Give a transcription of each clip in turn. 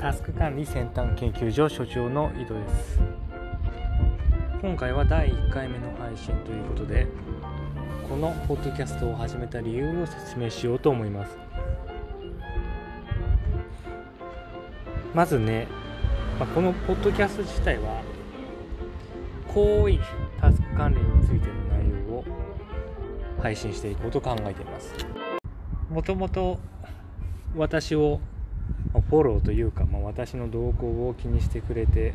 タスク管理先端研究所所長の井戸です。今回は第1回目の配信ということで、このポッドキャストを始めた理由を説明しようと思います。まずね、このポッドキャスト自体は広いタスク管理についての内容を配信していこうと考えています。もともと私をフォローというか、私の動向を気にしてくれて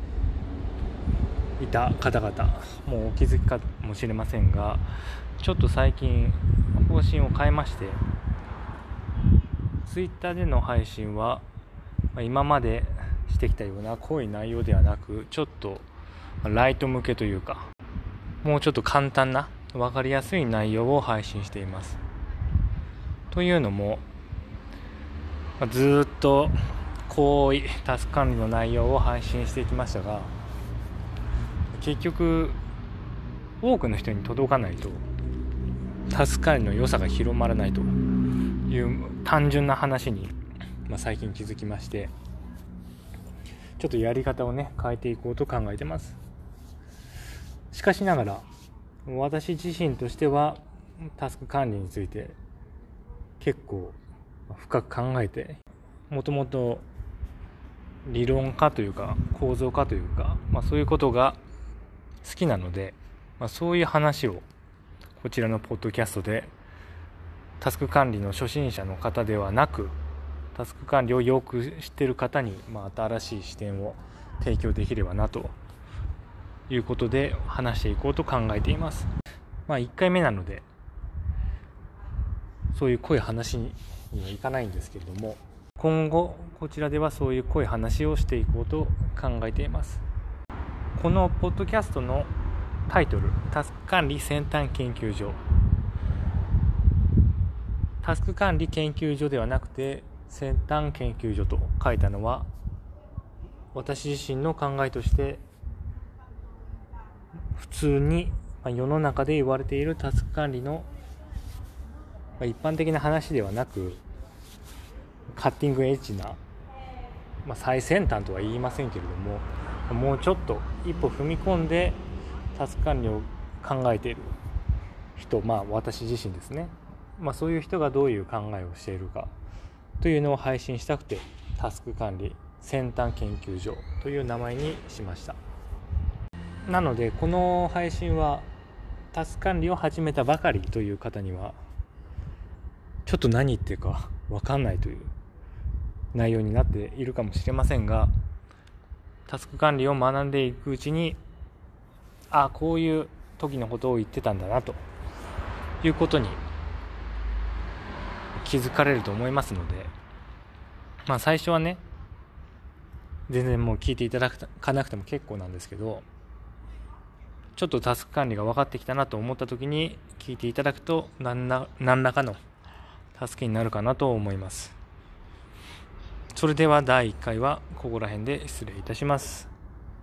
いた方々もうお気づきかもしれませんが、ちょっと最近方針を変えまして、ツイッターでの配信は今までしてきたような濃い内容ではなく、ちょっとライト向けというか、もうちょっと簡単な分かりやすい内容を配信しています。というのも、ずっと濃いタスク管理の内容を配信してきましたが、結局多くの人に届かないとタスク管理の良さが広まらないという単純な話に、最近気づきまして、ちょっとやり方をね変えていこうと考えてます。しかしながら私自身としてはタスク管理について結構深く考えて、もともと理論家というか構造家というか、そういうことが好きなので、そういう話をこちらのポッドキャストでタスク管理の初心者の方ではなく、タスク管理をよく知っている方に、新しい視点を提供できればなということで話していこうと考えています。1回目なのでそういう濃い話にはいかないんですけれども、今後こちらではそういう濃い話をしていこうと考えています。このポッドキャストのタイトル、タスク管理先端研究所、タスク管理研究所ではなくて先端研究所と書いたのは、私自身の考えとして、普通に世の中で言われているタスク管理の一般的な話ではなく、カッティングエッジな、最先端とは言いませんけれども、もうちょっと一歩踏み込んでタスク管理を考えている人、私自身ですね、そういう人がどういう考えをしているかというのを配信したくて、タスク管理先端研究所という名前にしました。なのでこの配信はタスク管理を始めたばかりという方にはちょっと何言ってるか分かんないという内容になっているかもしれませんが、タスク管理を学んでいくうちに、こういう時のことを言ってたんだなということに気づかれると思いますので、最初はね全然もう聞いていただかなくても結構なんですけど、ちょっとタスク管理が分かってきたなと思った時に聞いていただくと何らかの助けになるかなと思います。それでは第1回はここら辺で失礼いたします。